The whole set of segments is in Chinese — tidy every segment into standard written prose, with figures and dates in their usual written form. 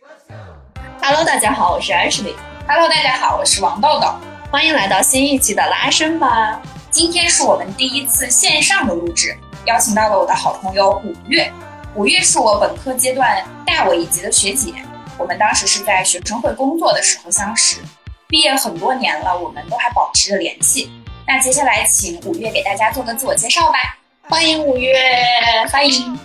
Hello，大家好，我是 Ashley。 Hello， 大家好，我是王豆豆。 欢迎来到新一期的拉伸吧。 今天是我们第一次线上的录制，邀请到了我的好朋友五月。五月是我本科阶段大我一级的学姐，我们当时是在学生会工作的时候相识，毕业很多年了，我们都还保持着联系。那接下来请五月给大家做个自我介绍吧。 欢迎五月， 欢迎。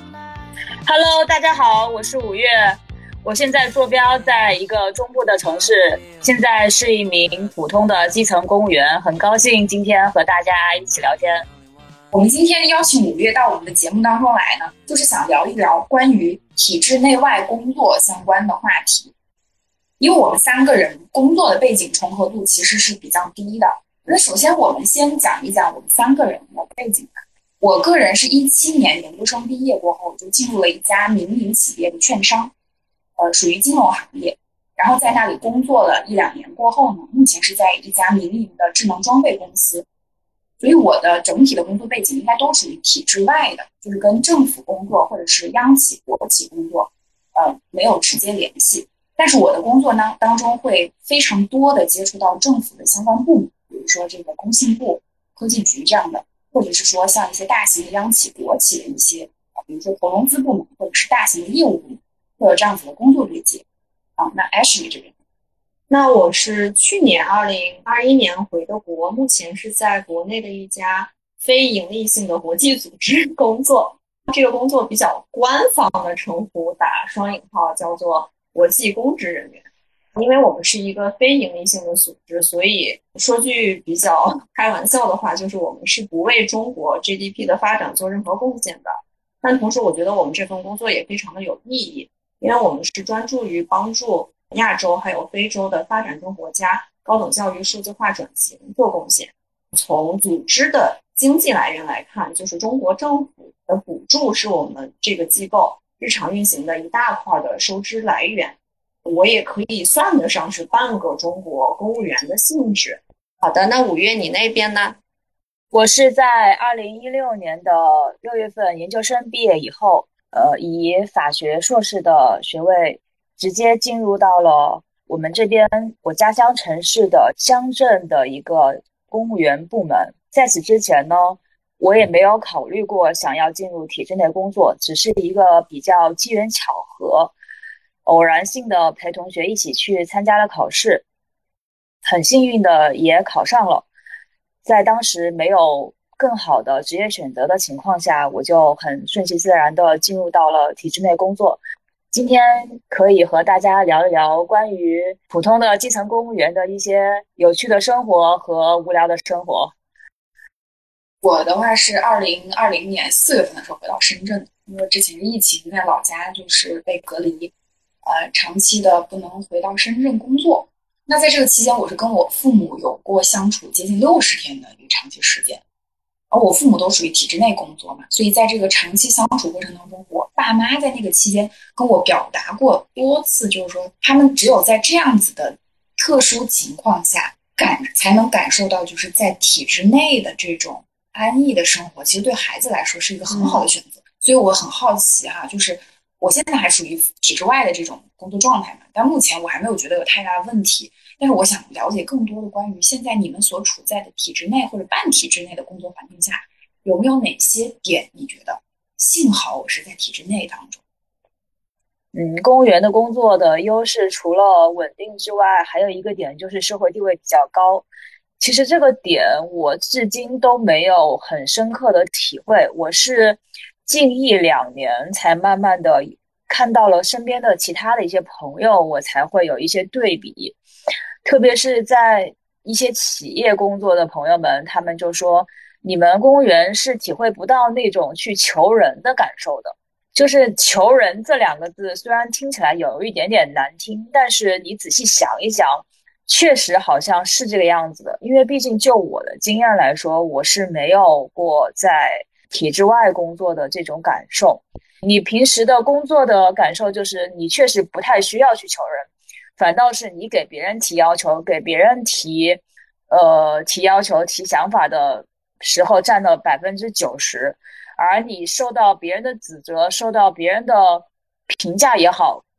Hello， 大家好，我是五月。我现在坐标在一个中部的城市，现在是一名普通的基层公务员，很高兴今天和大家一起聊天。 我们今天邀请五月到我们的节目当中来呢，就是想聊一聊关于体制内外工作相关的话题。因为我们三个人工作的背景重合度其实是比较低的。那首先我们先讲一讲我们三个人的背景吧。我个人是17年研究生毕业过后就进入了一家民营企业的券商，属于金融行业，然后在那里工作了1-2年过后呢，目前是在一家民营的智能装备公司。所以我的整体的工作背景应该都属于体制外的，就是跟政府工作或者是央企、国企工作，没有直接联系。但是我的工作呢当中会非常多的接触到政府的相关部门，比如说这个工信部、科技局这样的，或者是说像一些大型的央企、国企的一些，比如说投融资部门或者是大型的业务部门，会有这样子的工作对接。那 Ashley 这边， 那我是去年2021年回的国，目前是在国内的一家非盈利性的国际组织工作。这个工作比较官方的称呼打双引号，叫做国际公职人员。因为我们是一个非盈利性的组织，所以说句比较开玩笑的话，就是我们是不为中国 GDP 的发展做任何贡献的。但同时我觉得我们这份工作也非常的有意义，因为我们是专注于帮助亚洲还有非洲的发展中国家高等教育数字化转型做贡献。从组织的经济来源来看，就是中国政府的补助是我们这个机构日常运行的一大块的收支来源。我也可以算得上是半个中国公务员的性质。好的，那五月你那边呢？ 我是在2016年的6月份研究生毕业以后，以法学硕士的学位直接进入到了我们这边我家乡城市的乡镇的一个公务员部门。在此之前呢，我也没有考虑过想要进入体制内工作，只是一个比较机缘巧合，偶然性的陪同学一起去参加了考试，很幸运的也考上了。在当时没有更好的职业选择的情况下，我就很顺其自然的进入到了体制内工作。今天可以和大家聊一聊关于普通的基层公务员的一些有趣的生活和无聊的生活。 我的话是2020年4月份的时候回到深圳，因为之前疫情在老家就是被隔离，长期的不能回到深圳工作。那在这个期间，我是跟我父母有过相处接近60天的一个长期时间，而我父母都属于体制内工作嘛，所以在这个长期相处过程当中，我爸妈在那个期间跟我表达过多次，就是说他们只有在这样子的特殊情况下才能感受到就是在体制内的这种安逸的生活，其实对孩子来说是一个很好的选择。所以我很好奇就是我现在还属于体制外的这种工作状态嘛，但目前我还没有觉得有太大的问题。但是我想了解更多的关于现在你们所处在的体制内或者半体制内的工作环境下，有没有哪些点你觉得幸好我是在体制内当中？ 公务员的工作的优势除了稳定之外，还有一个点就是社会地位比较高。其实这个点我至今都没有很深刻的体会，我是近1-2年才慢慢的看到了身边的其他的一些朋友，我才会有一些对比。特别是在一些企业工作的朋友们，他们就说你们公务员是体会不到那种去求人的感受的。就是求人这2个字虽然听起来有一点点难听，但是你仔细想一想，确实好像是这个样子的。因为毕竟就我的经验来说，我是没有过在体制外工作的这种感受。你平时的工作的感受就是你确实不太需要去求人，反倒是你给别人提要求，给别人提要求、提想法的时候占了90%，而你受到别人的指责、受到别人的评价也好，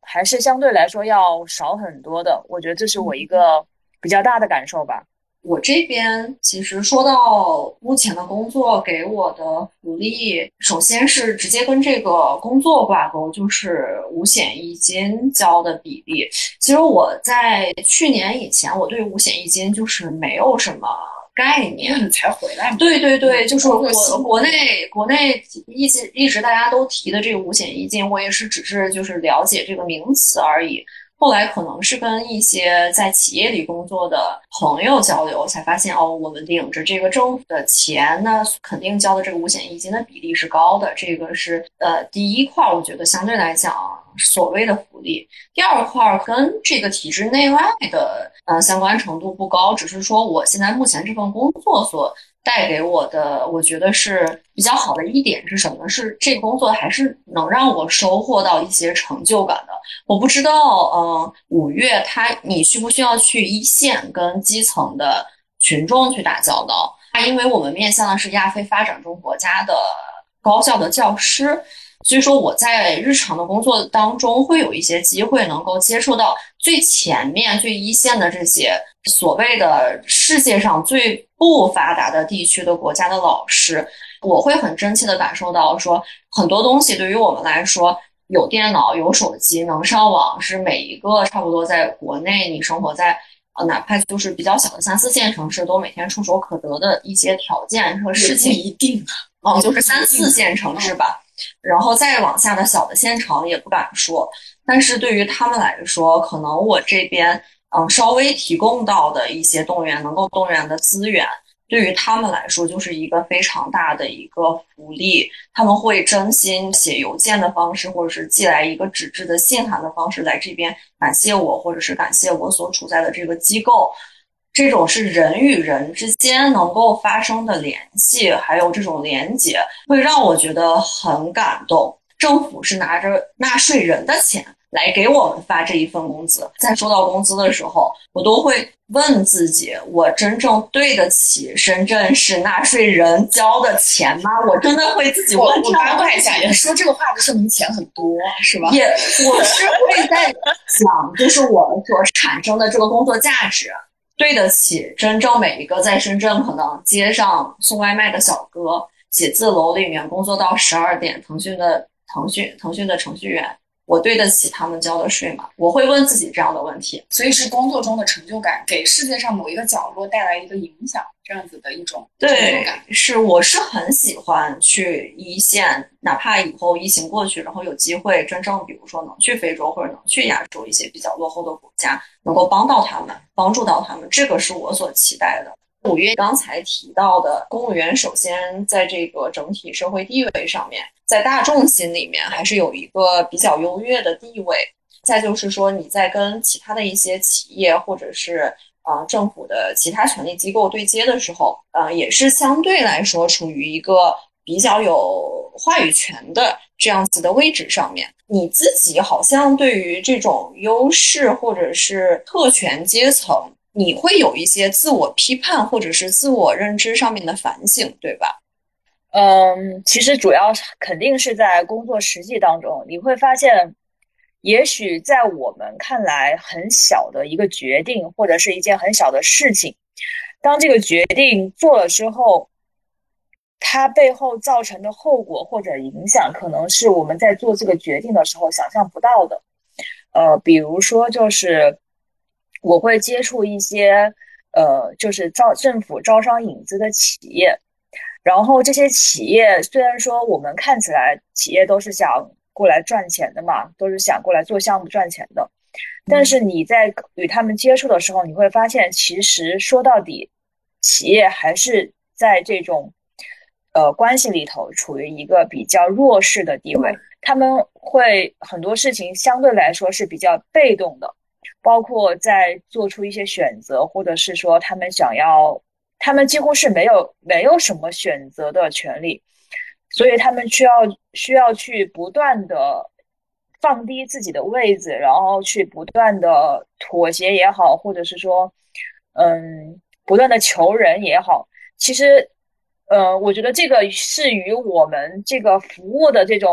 还是相对来说要少很多的。我觉得这是我一个比较大的感受吧。 我这边其实说到目前的工作给我的福利，首先是直接跟这个工作挂钩，就是五险一金交的比例。其实我在去年以前，我对五险一金就是没有什么概念， 因为你才回来嘛。 对对对，就是国内一直大家都提的这个五险一金，我也是只是就是了解这个名词而已。后来可能是跟一些在企业里工作的朋友交流，才发现哦，我们领着这个政府的钱呢，肯定交的这个五险一金的比例是高的。这个是第一块，我觉得相对来讲所谓的福利。第二块跟这个体制内外的相关程度不高，只是说我现在目前这份工作所带给我的，我觉得是比较好的一点是什么呢？是这个工作还是能让我收获到一些成就感的。我不知道，5月你需不需要去一线跟基层的群众去打交道？因为我们面向的是亚非发展中国家的高校的教师，所以说我在日常的工作当中会有一些机会能够接触到最前面、最一线的这些所谓的世界上最不发达的地区的国家的老师，我会很真切的感受到说，很多东西对于我们来说，有电脑、有手机、能上网，是每一个差不多在国内你生活在哪怕就是比较小的3、4线城市，都每天触手可得的一些条件和事情。 一定就是3、4线城市吧。然后再往下的小的县城也不敢说，但是对于他们来说，可能我这边稍微提供到的一些能够动员的资源，对于他们来说就是一个非常大的一个福利。他们会真心写邮件的方式，或者是寄来一个纸质的信函的方式来这边感谢我，或者是感谢我所处在的这个机构。这种是人与人之间能够发生的联系，还有这种连结，会让我觉得很感动。政府是拿着纳税人的钱来给我们发这一份工资，在收到工资的时候，我都会问自己，我真正对得起深圳市纳税人交的钱吗？我真的会自己问我八卦一下，说这个话就说明钱很多，是吧？ 我是会在想，就是我们所产生的这个工作价值，对得起真正每一个在深圳可能街上送外卖的小哥，写字楼里面工作到12点，腾讯的程序员，我对得起他们交的税吗？我会问自己这样的问题。 所以是工作中的成就感给世界上某一个角落带来一个影响，这样子的一种成就感。 对，我是很喜欢去一线，哪怕以后疫情过去，然后有机会真正比如说能去非洲或者能去亚洲一些比较落后的国家，能够帮助到他们，这个是我所期待的。5月刚才提到的，公务员首先在这个整体社会地位上面，在大众心里面还是有一个比较优越的地位。再就是说，你在跟其他的一些企业或者是政府的其他权力机构对接的时候，也是相对来说处于一个比较有话语权的这样子的位置上面。你自己好像对于这种优势或者是特权阶层，你会有一些自我批判或者是自我认知上面的反省，对吧？ 其实主要肯定是在工作实际当中，你会发现，也许在我们看来很小的一个决定，或者是一件很小的事情，当这个决定做了之后，它背后造成的后果或者影响，可能是我们在做这个决定的时候想象不到的。比如说就是我会接触一些就是政府招商引资的企业，然后这些企业虽然说我们看起来企业都是想过来赚钱的嘛，都是想过来做项目赚钱的，但是你在与他们接触的时候，你会发现其实说到底，企业还是在这种关系里头处于一个比较弱势的地位，他们会很多事情相对来说是比较被动的，包括在做出一些选择，或者是说他们几乎是没有什么选择的权利，所以他们需要去不断的放低自己的位子，然后去不断的妥协也好，或者是说不断的求人也好。其实我觉得这个是与我们这个服务的这种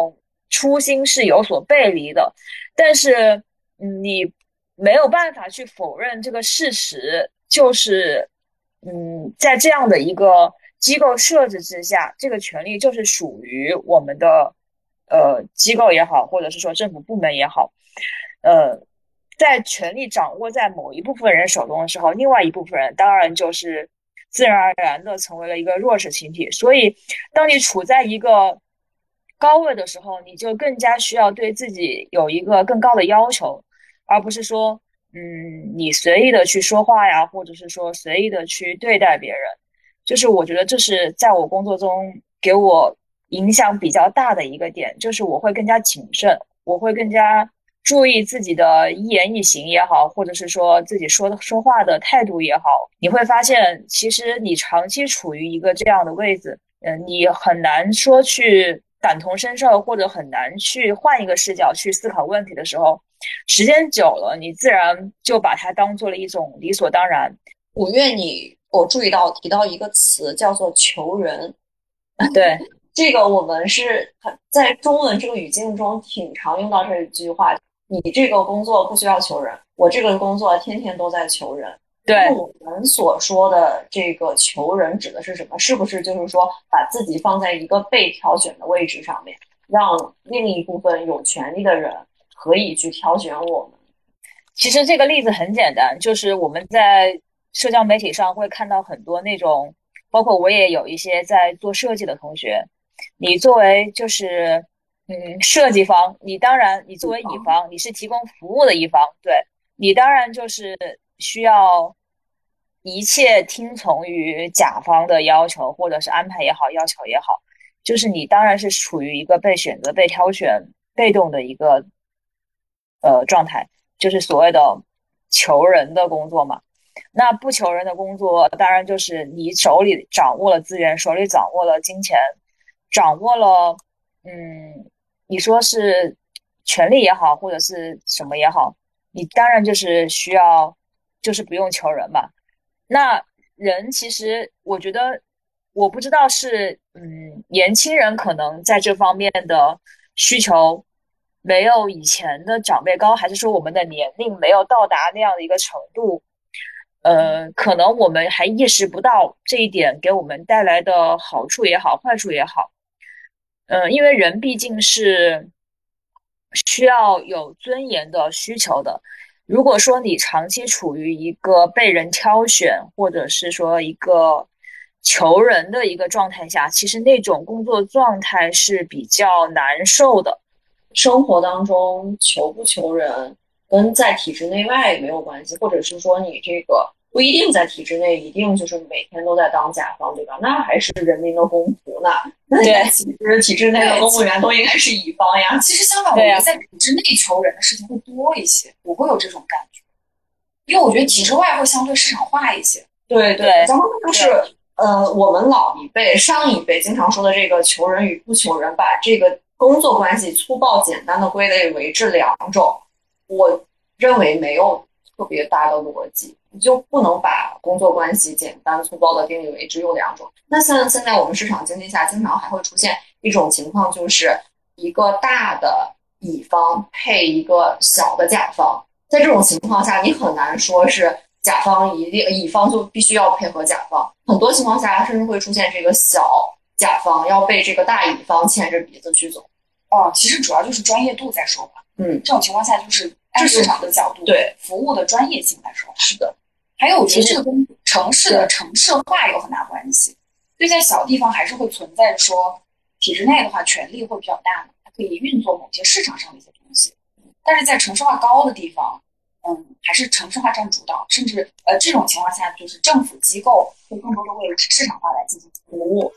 初心是有所背离的。但是你没有办法去否认这个事实，就是在这样的一个机构设置之下，这个权利就是属于我们的机构也好，或者是说政府部门也好，在权力掌握在某一部分人手中的时候，另外一部分人当然就是自然而然的成为了一个弱势群体。所以当你处在一个高位的时候，你就更加需要对自己有一个更高的要求，而不是说你随意的去说话呀，或者是说随意的去对待别人。就是我觉得这是在我工作中给我影响比较大的一个点，就是我会更加谨慎，我会更加注意自己的一言一行也好，或者是说自己说话的态度也好。你会发现其实你长期处于一个这样的位置，你很难说去感同身受，或者很难去换一个视角去思考问题的时候，时间久了你自然就把它当做了一种理所当然。 我注意到提到一个词叫做求人。 对， 这个我们是在中文这个语境中挺常用到这一句话，你这个工作不需要求人，我这个工作天天都在求人。 对， 我们所说的这个求人指的是什么？是不是就是说把自己放在一个被挑选的位置上面，让另一部分有权利的人可以去挑选我们？ 其实这个例子很简单，就是我们在社交媒体上会看到很多那种，包括我也有一些在做设计的同学，你作为就是设计方，你作为乙方，你是提供服务的一方，对，你当然就是需要一切听从于甲方的要求，或者是安排也好，要求也好，就是你当然是处于一个被选择、被挑选、被动的一个状态，就是所谓的求人的工作嘛。那不求人的工作，当然就是你手里掌握了资源，手里掌握了金钱，掌握了你说是权利也好，或者是什么也好，你当然就是需要，就是不用求人嘛。那人其实，我觉得，我不知道是年轻人可能在这方面的需求没有以前的长辈高，还是说我们的年龄没有到达那样的一个程度？可能我们还意识不到这一点给我们带来的好处也好，坏处也好。因为人毕竟是需要有尊严的需求的。如果说你长期处于一个被人挑选，或者是说一个求人的一个状态下，其实那种工作状态是比较难受的。 生活当中求不求人跟在体制内外没有关系，或者是说你这个不一定在体制内一定就是每天都在当甲方，对吧？那还是人民的公仆呢。那其实体制内的公务员都应该是乙方呀。 其实相反，我觉得在体制内求人的事情会多一些，我会有这种感觉，因为我觉得体制外会相对市场化一些。 对对，然后就是我们老一辈、上一辈经常说的这个求人与不求人，把这个工作关系粗暴简单的归类为这两种，我认为没有特别大的逻辑。你就不能把工作关系简单粗暴的定义为只有两种。那像现在我们市场经济下，经常还会出现一种情况，就是一个大的乙方配一个小的甲方。在这种情况下，你很难说是甲方乙方就必须要配合甲方。很多情况下，甚至会出现这个小甲方要被这个大乙方牵着鼻子去走。 其实主要就是专业度在说话。这种情况下就是按市场的角度， 对服务的专业性来说。 是的。 还有，我觉得这个跟城市的城市化有很大关系。所以在小地方还是会存在说，体制内的话权力会比较大嘛，它可以运作某些市场上的一些东西。但是在城市化高的地方，还是城市化占主导，甚至这种情况下，就是政府机构会更多的为市场化来进行服务。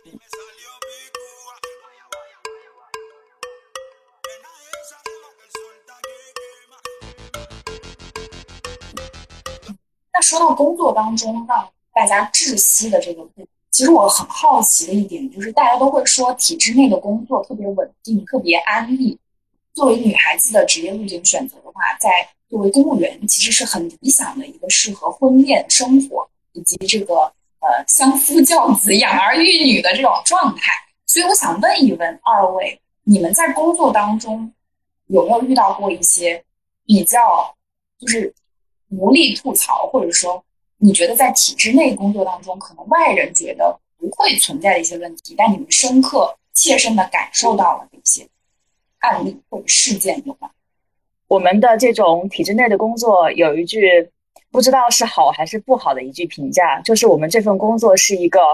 那说到工作当中让大家窒息的这个部分，其实我很好奇的一点就是，大家都会说体制内的工作特别稳定，特别安逸。作为女孩子的职业路径选择的话，在作为公务员其实是很理想的一个适合婚恋生活以及这个相夫教子、养儿育女的这种状态。所以我想问一问二位， 你们在工作当中有没有遇到过一些比较就是无力吐槽，或者说你觉得在体制内工作当中，可能外人觉得不会存在的一些问题，但你们深刻切身的感受到了的一些案例或者事件有吗？ 我们的这种体制内的工作有一句不知道是好还是不好的一句评价，就是我们这份工作是一个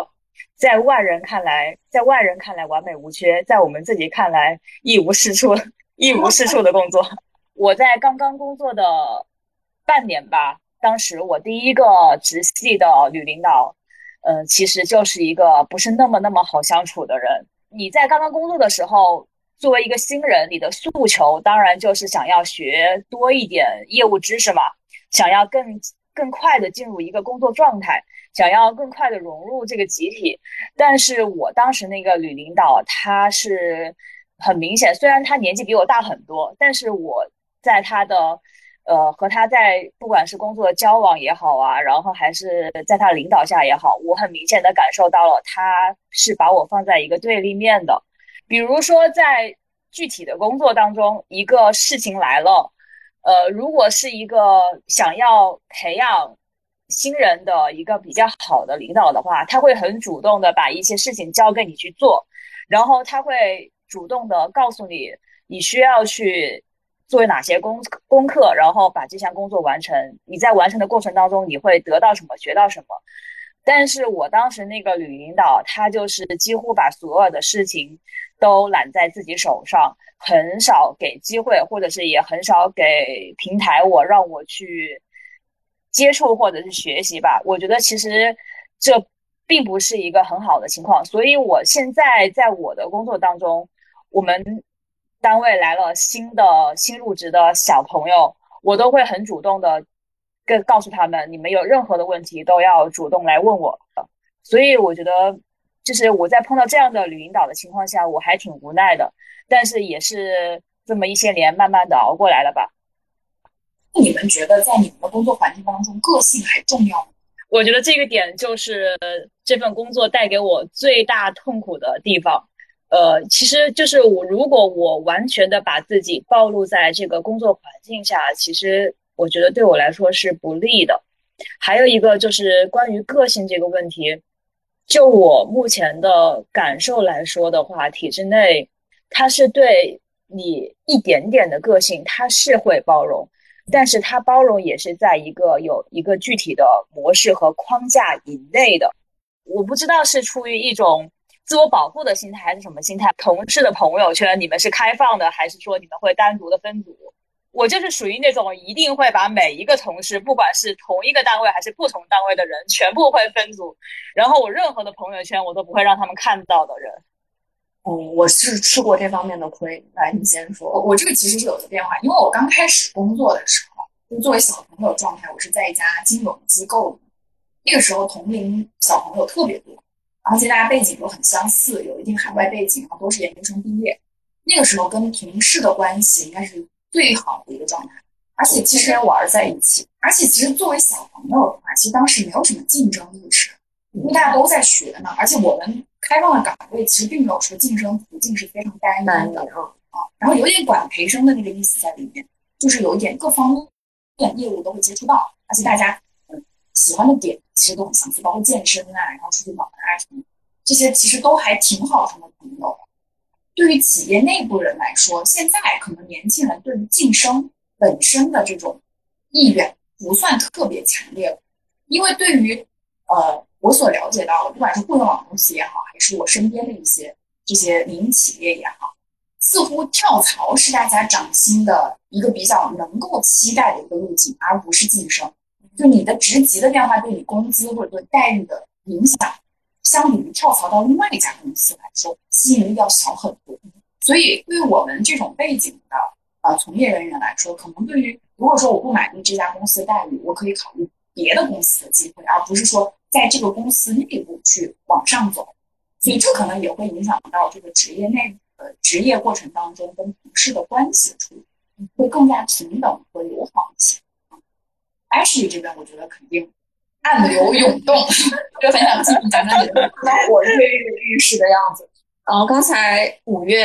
在外人看来完美无缺，在我们自己看来一无是处的工作。我在刚刚工作的半年吧，当时我第一个直系的女领导，其实就是一个不是那么好相处的人。你在刚刚工作的时候，作为一个新人，你的诉求当然就是想要学多一点业务知识嘛，想要更快的进入一个工作状态，想要更快的融入这个集体。但是我当时那个女领导，她是很明显，虽然她年纪比我大很多，但是我在她的和她在不管是工作的交往也好啊，然后还是在她领导下也好，我很明显的感受到了她是把我放在一个对立面的。比如说在具体的工作当中，一个事情来了，如果是一个想要培养新人的一个比较好的领导的话，他会很主动的把一些事情交给你去做，然后他会主动的告诉你你需要去做哪些功课，然后把这项工作完成。你在完成的过程当中，你会得到什么，学到什么。但是我当时那个女领导，她就是几乎把所有的事情都揽在自己手上，很少给机会，或者是也很少给平台让我去接触或者是学习吧。我觉得其实这并不是一个很好的情况，所以我现在在我的工作当中，我们单位来了新入职的小朋友，我都会很主动的告诉他们，你们有任何的问题都要主动来问我。所以我觉得，就是我在碰到这样的女领导的情况下，我还挺无奈的，但是也是这么一些年慢慢的熬过来了吧。 你们觉得在你们的工作环境当中，个性还重要吗？ 我觉得这个点就是这份工作带给我最大痛苦的地方。其实就是如果我完全的把自己暴露在这个工作环境下，其实我觉得对我来说是不利的。还有一个就是关于个性这个问题，就我目前的感受来说的话，体制内它是对你一点点的个性，它是会包容，但是它包容也是在有一个具体的模式和框架以内的。我不知道是出于一种自我保护的心态还是什么心态。同事的朋友圈，你们是开放的，还是说你们会单独的分组？我就是属于那种一定会把每一个同事，不管是同一个单位还是不同单位的人，全部会分组，然后我任何的朋友圈我都不会让他们看到的人。 我是吃过这方面的亏。来，你先说。 我这个其实是有个变化，因为我刚开始工作的时候，就作为小朋友状态，我是在一家金融机构里。那个时候同龄小朋友特别多，而且大家背景都很相似，有一定海外背景，然后都是研究生毕业。那个时候跟同事的关系应该是最好的一个状态，而且其实玩在一起。 而且其实作为小朋友的话，其实当时没有什么竞争意识，因为大家都在学呢，而且我们开放的岗位其实并没有说晋升途径是非常单一的啊，然后有点管培生的那个意思在里面，就是有一点各方面业务都会接触到，而且大家喜欢的点其实都很相似，包括健身啊，然后出去玩啊什么，这些其实都还挺好成为朋友。对于企业内部人来说，现在可能年轻人对于晋升本身的这种意愿不算特别强烈了，因为对于我所了解到的，不管是互联网公司也好，还是我身边的一些这些民营企业也好，似乎跳槽是大家涨薪的一个比较能够期待的一个路径，而不是晋升。就你的职级的变化对你工资或者对待遇的影响，相比于跳槽到另外一家公司来说，吸引力要小很多。所以对于我们这种背景的从业人员来说，可能对于如果说我不满意这家公司的待遇，我可以考虑别的公司的机会，而不是说在这个公司内部去往上走。所以这可能也会影响到这个职业过程当中跟同事的关系的处理，会更加平等和友好一些。Ashley 这边我觉得肯定暗流涌动，就很想听你讲讲你的当我跃跃欲试的样子。刚才五月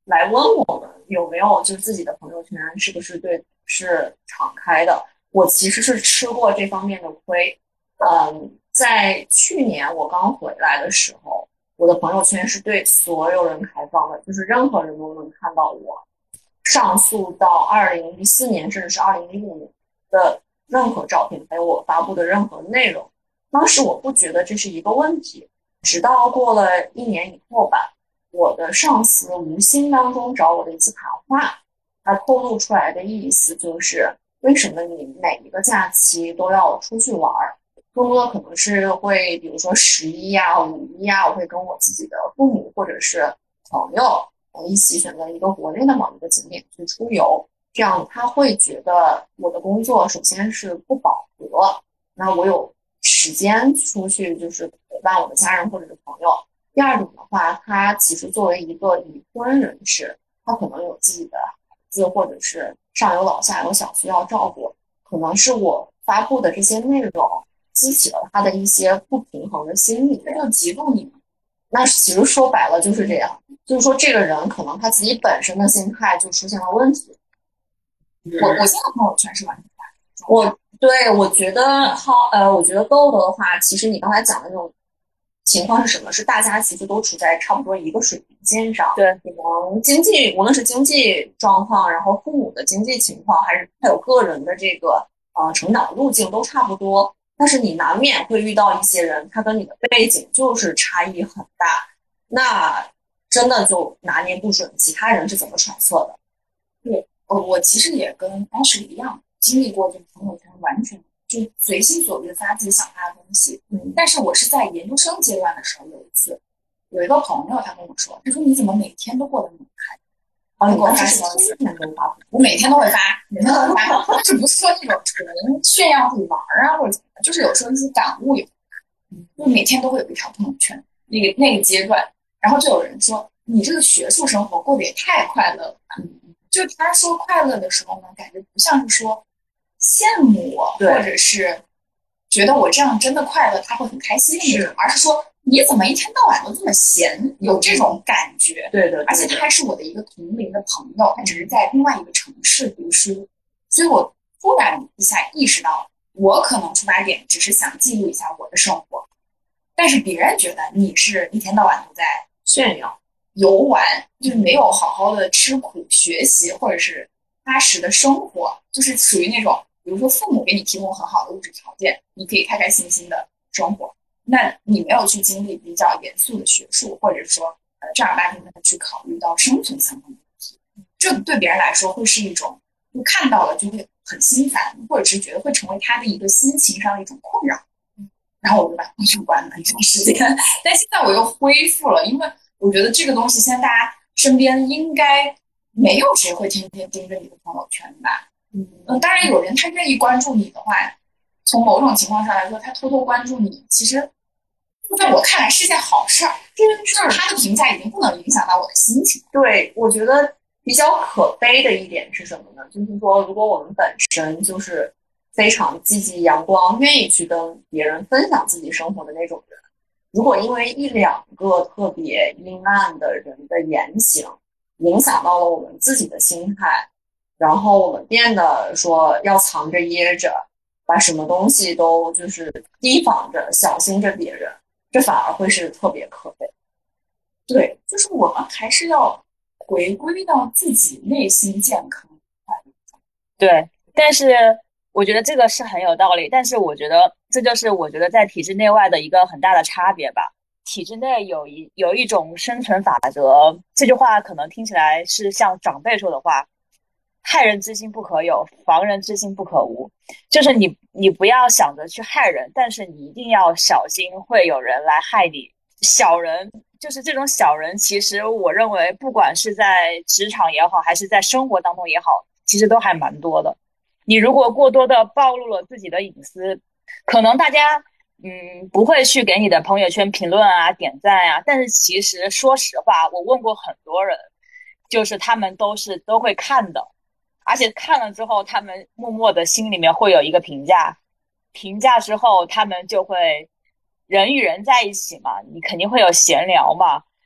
来问我们有没有就是自己的朋友圈是不是对是敞开的。我其实是吃过这方面的亏。在去年我刚回来的时候，我的朋友圈是对所有人开放的，就是任何人都能看到我上溯到2014年甚至是2015年的任何照片，还有我发布的任何内容。当时我不觉得这是一个问题，直到过了1年以后吧，我的上司无心当中找我的一次谈话，他透露出来的意思就是为什么你每一个假期都要出去玩儿？更多的可能是会，比如说11啊、5一啊，我会跟我自己的父母或者是朋友一起选择一个国内的某一个景点去出游，这样他会觉得我的工作首先是不饱和，那我有时间出去就是陪伴我的家人或者是朋友。第二种的话，他其实作为一个已婚人士，他可能有自己的孩子，或者是上有老下有小需要照顾，可能是我发布的这些内容激起了他的一些不平衡的心理， 他就嫉妒你嘛。 那其实说白了就是这样，就是说这个人可能他自己本身的心态就出现了问题。 我现在朋友圈是完全我觉得我觉得豆豆的话，其实你刚才讲的那种情况是什么？是大家其实都处在差不多一个水平线上。 对， 可能经济，无论是经济状况，然后父母的经济情况，还有个人的这个成长路径都差不多。但是你难免会遇到一些人，他跟你的背景就是差异很大，那真的就拿捏不准其他人是怎么揣测的。 对，我其实也跟当时一样，经历过这个朋友圈完全就随心所欲的发自己想发的东西。但是我是在研究生阶段的时候，有一次有一个朋友他跟我说，他说你怎么每天都过得那么开？ 你给我发消息， 我每天都会发，每天都会发，但是不是说那种纯炫耀自己玩啊或者怎么样，就是有时候一些感悟也，就每天都会有一条朋友圈，那个阶段，然后就有人说你这个学术生活过得也太快乐了。就他说快乐的时候呢，感觉不像是说羡慕我，或者是觉得我这样真的快乐，他会很开心那种，而是说你怎么一天到晚都这么闲，有这种感觉。 对， 而且他还是我的一个同龄的朋友，他只是在另外一个城市读书，所以我突然一下意识到，我可能出发点只是想记录一下我的生活，但是别人觉得你是一天到晚都在炫耀。 游玩，就是没有好好的吃苦学习，或者是踏实的生活，就是属于那种，比如说父母给你提供很好的物质条件，你可以开开心心的生活，那你没有去经历比较严肃的学术，或者说正儿八经的去考虑到生存相关的问题，这对别人来说会是一种，就看到了就会很心烦，或者是觉得会成为他的一个心情上的一种困扰。然后我就把朋友圈关了一段时间，但现在我又恢复了，因为我觉得这个东西现在大家身边应该没有谁会天天盯着你的朋友圈吧。当然有人他愿意关注你的话，从某种情况上来说，他偷偷关注你，其实在我看来是件好事儿，就是他的评价已经不能影响到我的心情。 对，我觉得比较可悲的一点是什么呢？就是说，如果我们本身就是非常积极阳光，愿意去跟别人分享自己生活的那种人，如果因为1-2个特别阴暗的人的言行，影响到了我们自己的心态，然后我们变得说要藏着掖着，把什么东西都就是提防着，小心着别人，这反而会是特别可悲。 对，就是我们还是要回归到自己内心健康。 对，但是我觉得这个是很有道理，但是我觉得这就是我觉得在体制内外的一个很大的差别吧。体制内有一种生存法则，这句话可能听起来是像长辈说的话，害人之心不可有，防人之心不可无。就是你不要想着去害人，但是你一定要小心会有人来害你。小人就是这种小人，其实我认为不管是在职场也好，还是在生活当中也好，其实都还蛮多的。你如果过多的暴露了自己的隐私，可能大家不会去给你的朋友圈评论啊、点赞啊，但是其实说实话，我问过很多人，就是他们都会看的，而且看了之后，他们默默的心里面会有一个评价，评价之后他们就会人与人在一起嘛，你肯定会有闲聊嘛，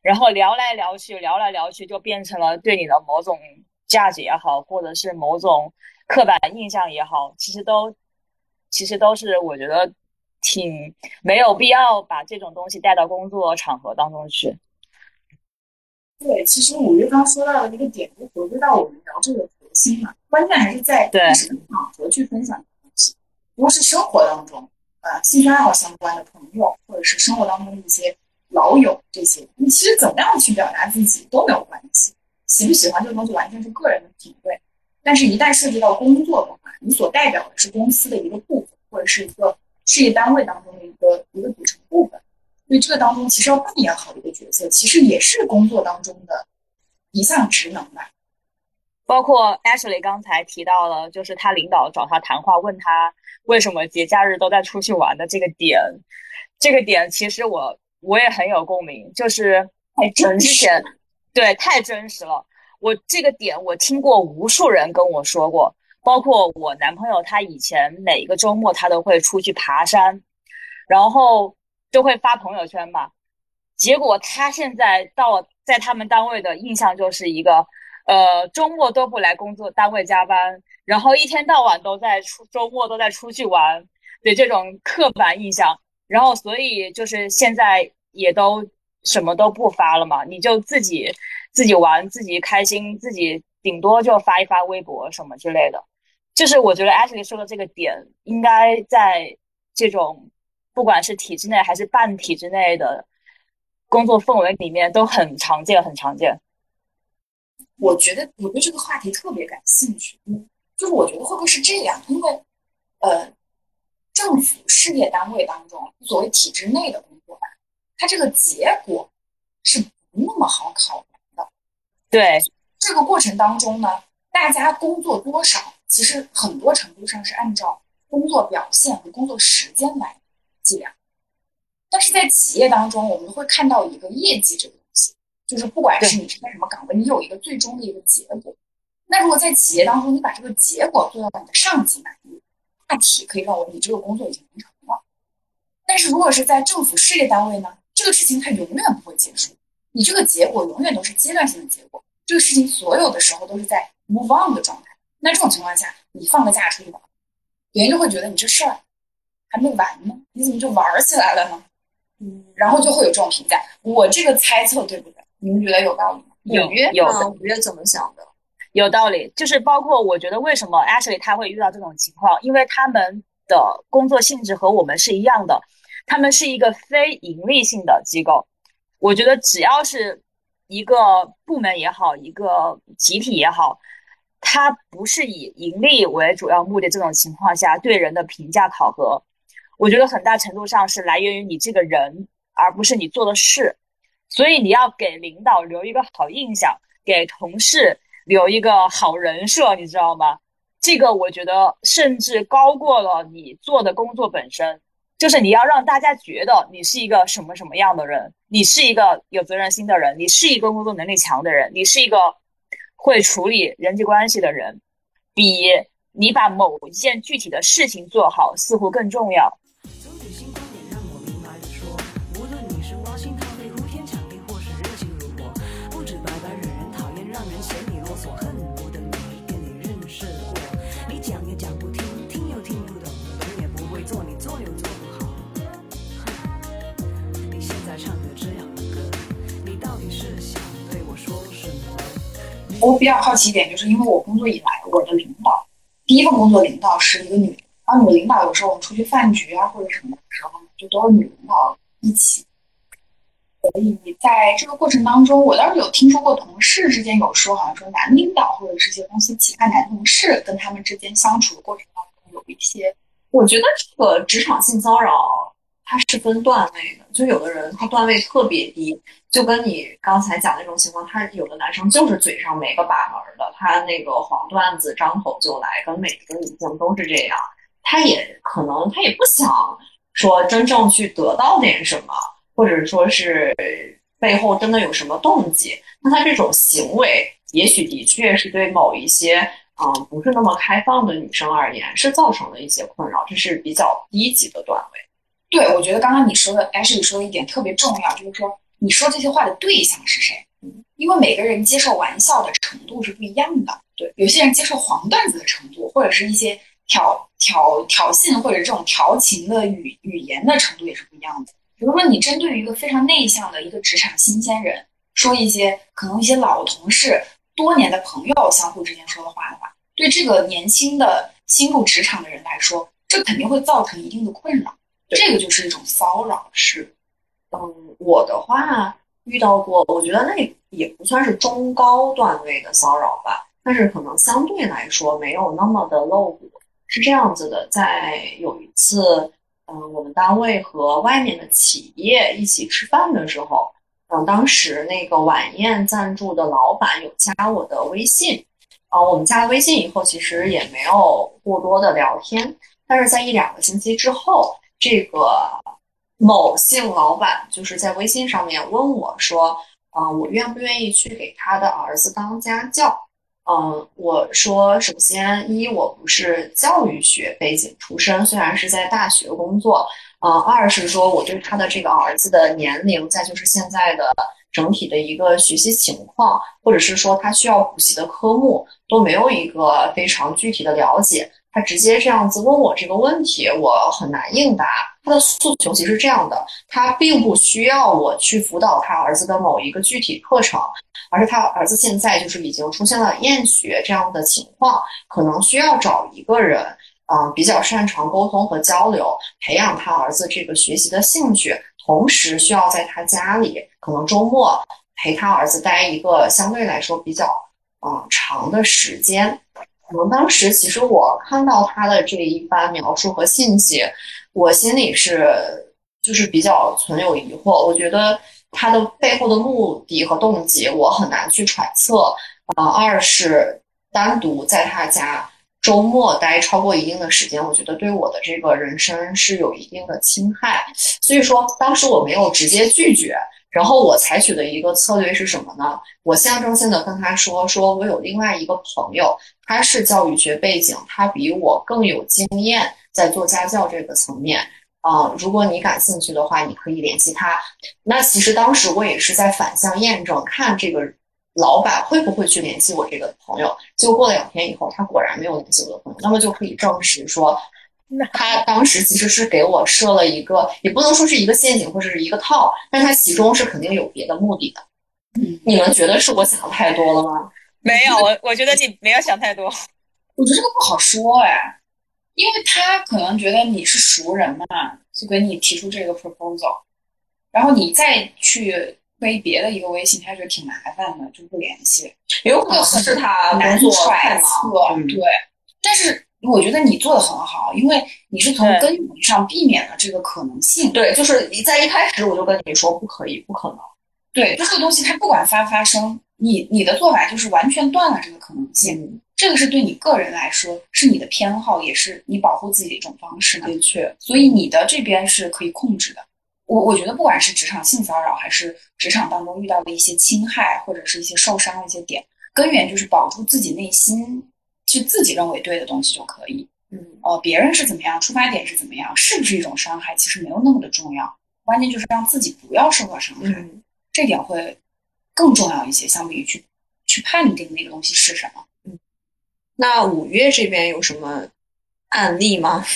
然后聊来聊去，聊来聊去，就变成了对你的某种价值也好，或者是某种刻板印象也好，其实都是我觉得挺没有必要把这种东西带到工作场合当中去。 对，其实五月刚说到的一个点，就回归到我们聊这个核心嘛，关键还是在什么场合去分享东西。如果是生活当中，兴趣爱好相关的朋友，或者是生活当中的一些老友这些，你其实怎么样去表达自己都没有关系，喜不喜欢这个东西完全是个人的品味。但是，一旦涉及到工作的话，你所代表的是公司的一个部分，或者是一个事业单位当中的一个组成部分。所以这个当中其实要扮演好一个角色，其实也是工作当中的一项职能吧。 包括 Ashley 刚才提到了，就是他领导找他谈话，问他为什么节假日都在出去玩的这个点，这个点其实我也很有共鸣，就是太真实了， 对，太真实了。我这个点我听过无数人跟我说过，包括我男朋友，他以前每一个周末他都会出去爬山，然后都会发朋友圈嘛。结果他现在在他们单位的印象就是一个，周末都不来工作单位加班，然后一天到晚周末都在出去玩的这种刻板印象。然后所以就是现在也都什么都不发了嘛，你就自己玩，自己开心，自己顶多就发一发微博什么之类的。就是我觉得 Ashley 说的这个点，应该在这种不管是体制内还是半体制内的工作氛围里面都很常见，很常见。 我觉得我对这个话题特别感兴趣，就是我觉得会不会是这样？因为政府事业单位当中，所谓体制内的工作吧，它这个结果是不那么好考量的。 对， 这个过程当中呢，大家工作多少，其实很多程度上是按照工作表现和工作时间来计量。但是在企业当中，我们会看到一个业绩这个东西，就是不管是你是在什么岗位，你有一个最终的一个结果。那如果在企业当中，你把这个结果做到你的上级满意，大体可以认为你这个工作已经完成了。但是如果是在政府事业单位呢，这个事情它永远不会结束，你这个结果永远都是阶段性的结果，这个事情所有的时候都是在 move on 的状态。那这种情况下，你放个假出去玩，别人就会觉得你这事儿还没完呢，你怎么就玩起来了呢？然后就会有这种评价。我这个猜测对不对？你们觉得有道理吗？ 五月怎么想的？ 有道理，就是包括我觉得为什么 Ashley 他会遇到这种情况，因为他们的工作性质和我们是一样的，他们是一个非盈利性的机构。我觉得只要是一个部门也好，一个集体也好，它不是以盈利为主要目的这种情况下，对人的评价考核，我觉得很大程度上是来源于你这个人，而不是你做的事。所以你要给领导留一个好印象，给同事留一个好人设，你知道吗？这个我觉得甚至高过了你做的工作本身。就是你要让大家觉得你是一个什么什么样的人，你是一个有责任心的人，你是一个工作能力强的人，你是一个会处理人际关系的人，比你把某一件具体的事情做好似乎更重要。 我比较好奇一点，就是因为我工作以来，我的领导第一份工作领导是一个女的，然后女领导有时候我们出去饭局啊或者什么的时候，就都是女领导一起。所以在这个过程当中，我倒是有听说过同事之间有说，好像说男领导或者是一些公司其他男同事跟他们之间相处的过程当中有一些， 我觉得这个职场性骚扰它是分段位的，就有的人他段位特别低，就跟你刚才讲那种情况，他有的男生就是嘴上没个把门的，他那个黄段子张口就来，跟每个女性都是这样，他也可能他也不想说真正去得到点什么，或者说是背后真的有什么动机，那他这种行为也许的确是对某一些不是那么开放的女生而言是造成了一些困扰，这是比较低级的段位。 对，我觉得刚刚你说的，Ashley说的一点特别重要，就是说你说这些话的对象是谁。因为每个人接受玩笑的程度是不一样的。对，有些人接受黄段子的程度，或者是一些挑衅或者这种调情的语言的程度也是不一样的。比如说，你针对于一个非常内向的一个职场新鲜人，说一些可能一些老同事、多年的朋友相互之间说的话，对这个年轻的新入职场的人来说，这肯定会造成一定的困扰。这个就是一种骚扰。 是，我的话遇到过，我觉得那也不算是中高段位的骚扰吧，但是可能相对来说没有那么的露骨。是这样子的，在有一次，我们单位和外面的企业一起吃饭的时候，当时那个晚宴赞助的老板有加我的微信，我们加了微信以后，其实也没有过多的聊天，但是在1-2个星期之后，这个某姓老板就是在微信上面问我说，我愿不愿意去给他的儿子当家教？我说，首先我不是教育学背景出身，虽然是在大学工作，二是说我对他的这个儿子的年龄，再就是现在的整体的一个学习情况，或者是说他需要补习的科目，都没有一个非常具体的了解。他直接这样子问我这个问题，我很难应答。他的诉求其实是这样的，他并不需要我去辅导他儿子的某一个具体课程，而是他儿子现在就是已经出现了厌学这样的情况，可能需要找一个人，比较擅长沟通和交流，培养他儿子这个学习的兴趣，同时需要在他家里，可能周末陪他儿子待一个相对来说比较长的时间。可能当时其实我看到他的这一番描述和信息，我心里就是比较存有疑惑。我觉得他的背后的目的和动机我很难去揣测。二是单独在他家周末待超过一定的时间，我觉得对我的这个人生是有一定的侵害。所以说当时我没有直接拒绝，然后我采取的一个策略是什么呢？我象征性的跟他说我有另外一个朋友，他是教育学背景，他比我更有经验在做家教这个层面。如果你感兴趣的话，你可以联系他。那其实当时我也是在反向验证，看这个老板会不会去联系我这个朋友。结果过了2天以后，他果然没有联系我的朋友，那么就可以证实说，他当时其实是给我设了一个，也不能说是一个陷阱或者是一个套，但他其中是肯定有别的目的的。你们觉得是我想的太多了吗？ 没有，我觉得你没有想太多。 我觉得这个不好说因为他可能觉得你是熟人嘛，就给你提出这个 proposal， 然后你再去推别的一个微信，他觉得挺麻烦的，就不联系。 有可能是他难工作揣测，对。但是我觉得你做的很好，因为你是从根源上避免了这个可能性。 对，就是在一开始我就跟你说不可以，不可能。 对，就这个东西它不管发生，你的做法就是完全断了这个可能性。这个是对你个人来说是你的偏好，也是你保护自己的一种方式呢。 的确， 所以你的这边是可以控制的。我觉得不管是职场性骚扰，还是职场当中遇到的一些侵害，或者是一些受伤的一些点，根源就是保住自己内心就自己认为对的东西就可以。别人是怎么样，出发点是怎么样，是不是一种伤害，其实没有那么的重要。关键就是让自己不要受到伤害，这点会更重要一些，相比于去判定那个东西是什么。 那5月这边有什么案例吗？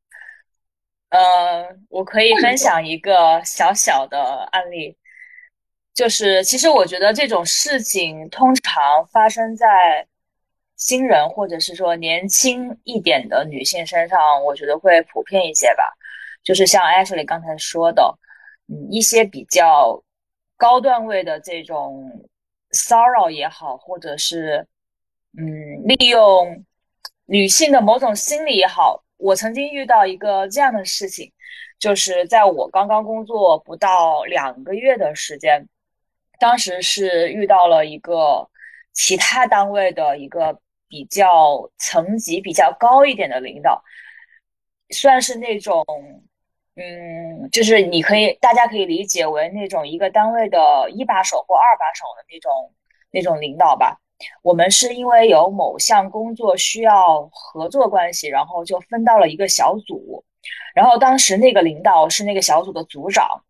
我可以分享一个小小的案例，就是其实我觉得这种事情通常发生在新人或者是说年轻一点的女性身上，我觉得会普遍一些吧。就是像 Ashley 刚才说的，一些比较高段位的这种骚扰也好，或者是利用女性的某种心理也好。我曾经遇到一个这样的事情，就是在我刚刚工作不到2个月的时间，当时是遇到了一个其他单位的一个比较层级比较高一点的领导，算是那种就是大家可以理解为那种一个单位的1把手或2把手的那种领导吧。我们是因为有某项工作需要合作关系，然后就分到了一个小组，然后当时那个领导是那个小组的组长，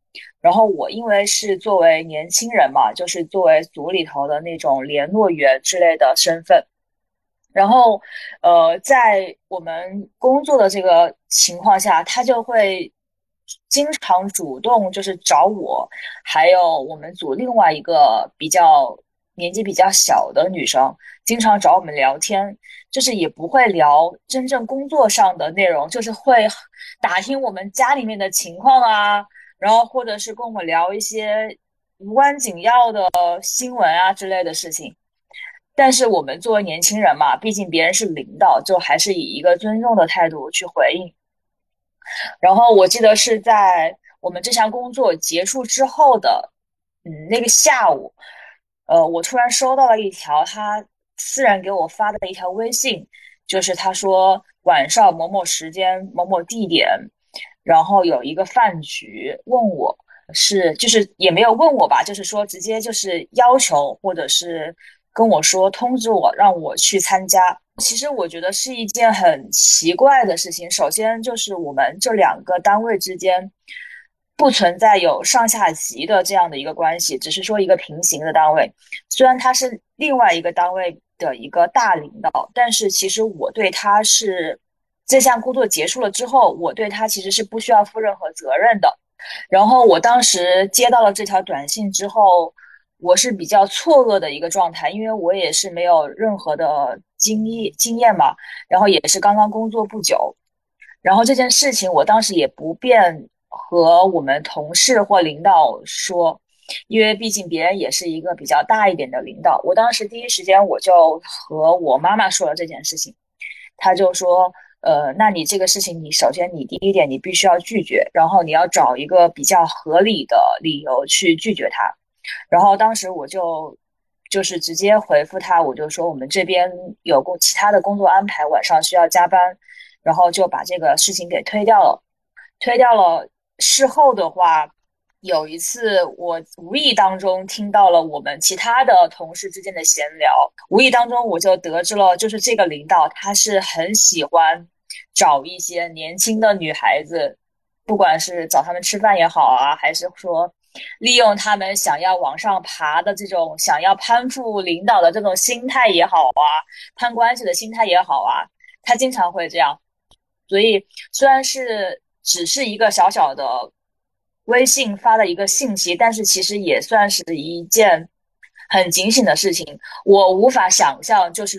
然后我因为是作为年轻人嘛，就是作为组里头的那种联络员之类的身份，然后在我们工作的这个情况下，他就会经常主动就是找我，还有我们组另外一个年纪比较小的女生，经常找我们聊天，就是也不会聊真正工作上的内容，就是会打听我们家里面的情况啊，然后或者是跟我们聊一些无关紧要的新闻啊之类的事情。但是我们作为年轻人嘛，毕竟别人是领导，就还是以一个尊重的态度去回应。然后我记得是在我们这项工作结束之后的，那个下午，我突然收到了一条他私人给我发的一条微信，就是他说晚上某某时间某某地点，然后有一个饭局，问我就是也没有问我吧，就是说直接就是要求或者是跟我说通知我让我去参加。其实我觉得是一件很奇怪的事情。首先就是我们这两个单位之间不存在有上下级的这样的一个关系，只是说一个平行的单位。虽然他是另外一个单位的一个大领导，但是其实我对他是这项工作结束了之后，我对他其实是不需要负任何责任的。然后我当时接到了这条短信之后，我是比较错愕的一个状态，因为我也是没有任何的经验嘛，然后也是刚刚工作不久，然后这件事情我当时也不便和我们同事或领导说，因为毕竟别人也是一个比较大一点的领导。我当时第一时间我就和我妈妈说了这件事情，她就说，那你这个事情，你首先你第一点你必须要拒绝，然后你要找一个比较合理的理由去拒绝他。然后当时我就是直接回复他，我就说我们这边有其他的工作安排，晚上需要加班，然后就把这个事情给推掉了。推掉了。事后的话，有一次我无意当中听到了我们其他的同事之间的闲聊，无意当中我就得知了，就是这个领导他是很喜欢找一些年轻的女孩子，不管是找他们吃饭也好啊，还是说利用他们想要往上爬的这种想要攀附领导的这种心态也好啊，攀关系的心态也好啊，他经常会这样。所以虽然是只是一个小小的微信发的一个信息，但是其实也算是一件很警醒的事情。我无法想象，就是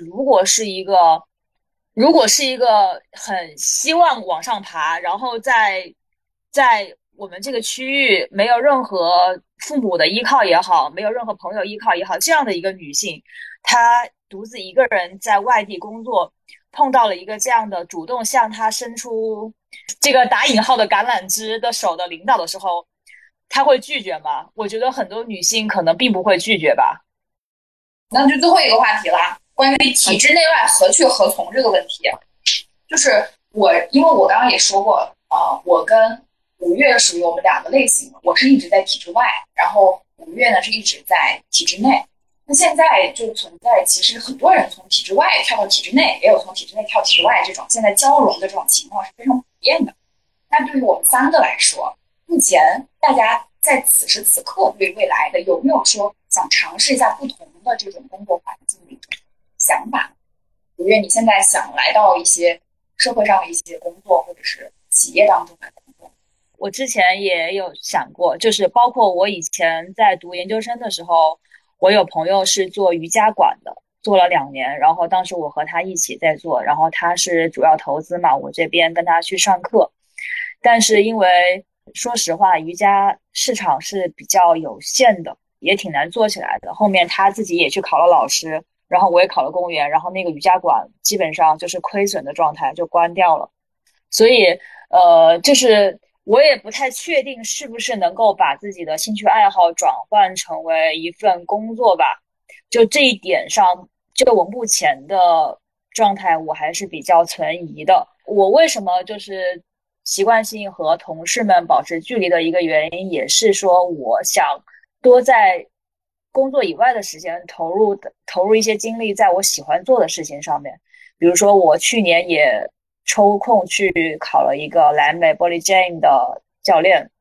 如果是一个很希望往上爬，然后在我们这个区域没有任何父母的依靠也好，没有任何朋友依靠也好，这样的一个女性，她独自一个人在外地工作，碰到了一个这样的主动向她伸出这个打引号的橄榄枝的手的领导的时候，她会拒绝吗？我觉得很多女性可能并不会拒绝吧。 那就最后一个话题啦，关于体制内外何去何从这个问题，就是因为我刚刚也说过，我跟五月属于我们两个类型，我是一直在体制外，然后五月呢是一直在体制内。那现在就存在，其实很多人从体制外跳到体制内，也有从体制内跳体制外这种，现在交融的这种情况是非常普遍的。那对于我们三个来说，目前大家在此时此刻对未来的有没有说想尝试一下不同的这种工作环境的一种想法？五月，你现在想来到一些社会上的一些工作，或者是企业当中来工作？ 我之前也有想过，就是包括我以前在读研究生的时候，我有朋友是做瑜伽馆的，做了2年，然后当时我和他一起在做，然后他是主要投资嘛，我这边跟他去上课。但是因为说实话，瑜伽市场是比较有限的，也挺难做起来的。后面他自己也去考了老师，然后我也考了公务员，然后那个瑜伽馆基本上就是亏损的状态，就关掉了。所以就是我也不太确定是不是能够把自己的兴趣爱好转换成为一份工作吧。就这一点上，就我目前的状态，我还是比较存疑的。我为什么就是习惯性和同事们保持距离的一个原因，也是说我想多在工作以外的时间投入一些精力在我喜欢做的事情上面。比如说，我去年也抽空去考了一个蓝莓 Body Jam 的教练。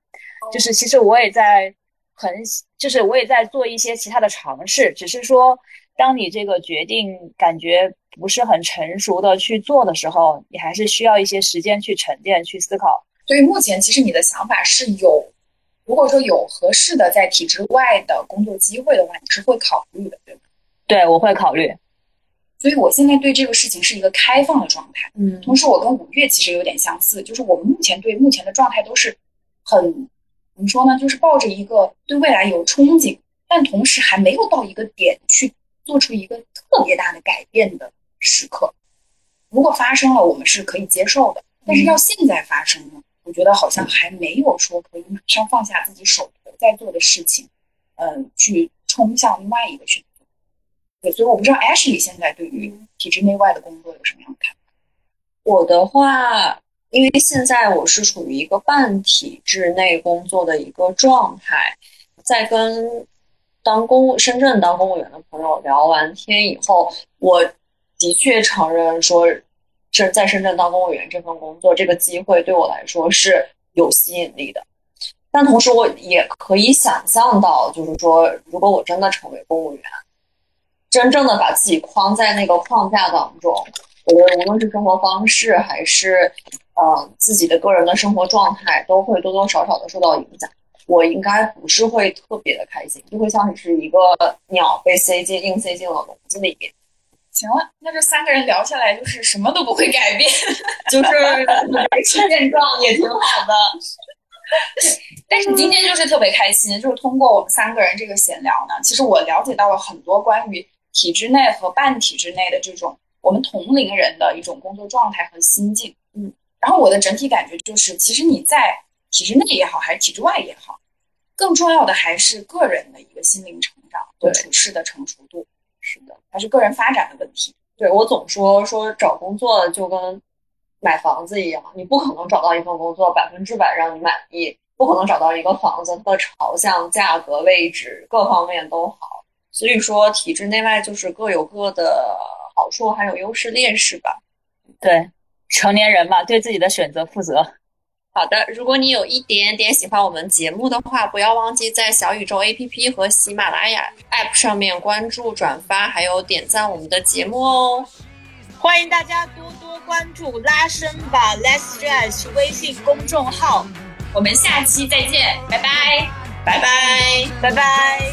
就是其实我也在我也在做一些其他的尝试，只是说当你这个决定感觉不是很成熟的去做的时候，你还是需要一些时间去沉淀去思考。 所以目前其实你的想法是有，如果说有合适的在体制外的工作机会的话，你是会考虑的，对吗？ 对，我会考虑。 所以我现在对这个事情是一个开放的状态。同时我跟5月其实有点相似，就是我们目前对目前的状态都是很，怎么说呢，就是抱着一个对未来有憧憬，但同时还没有到一个点去做出一个特别大的改变的时刻。如果发生了，我们是可以接受的，但是要现在发生呢，我觉得好像还没有说可以马上放下自己手头在做的事情，去冲向另外一个选择。对，所以我不知道 Ashley 现在对于体制内外的工作有什么样的看法？ 我的话，因为现在我是处于一个半体制内工作的一个状态，在跟深圳当公务员的朋友聊完天以后，我的确承认说，在深圳当公务员这份工作，这个机会对我来说是有吸引力的。但同时，我也可以想象到，就是说，如果我真的成为公务员，真正的把自己框在那个框架当中，我觉得无论是生活方式还是自己的个人的生活状态，都会多多少少的受到影响。我应该不是会特别的开心，就会像是一个鸟被硬塞进了笼子里面。 行了，那这3个人聊下来，就是什么都不会改变， 就是现状也挺好的。 但是今天就是特别开心，就是通过我们3个人这个闲聊呢，其实我了解到了很多关于体制内和半体制内的这种我们同龄人的一种工作状态和心境。然后我的整体感觉就是，其实你在体制内也好，还是体制外也好，更重要的还是个人的一个心灵成长和处事的成熟度。是的，还是个人发展的问题。 对，我总说找工作就跟买房子一样，你不可能找到一份工作100%让你满意，不可能找到一个房子它的朝向、价格、位置各方面都好。所以说体制内外就是各有各的好处还有优势劣势吧。 对，成年人嘛，对自己的选择负责。 好的，如果你有一点点喜欢我们节目的话，不要忘记在小宇宙 APP 和喜马拉雅 App 上面关注、转发，还有点赞我们的节目哦。 欢迎大家多多关注拉伸吧 Let's Stretch 微信公众号。 我们下期再见，拜拜， 拜拜， 拜拜。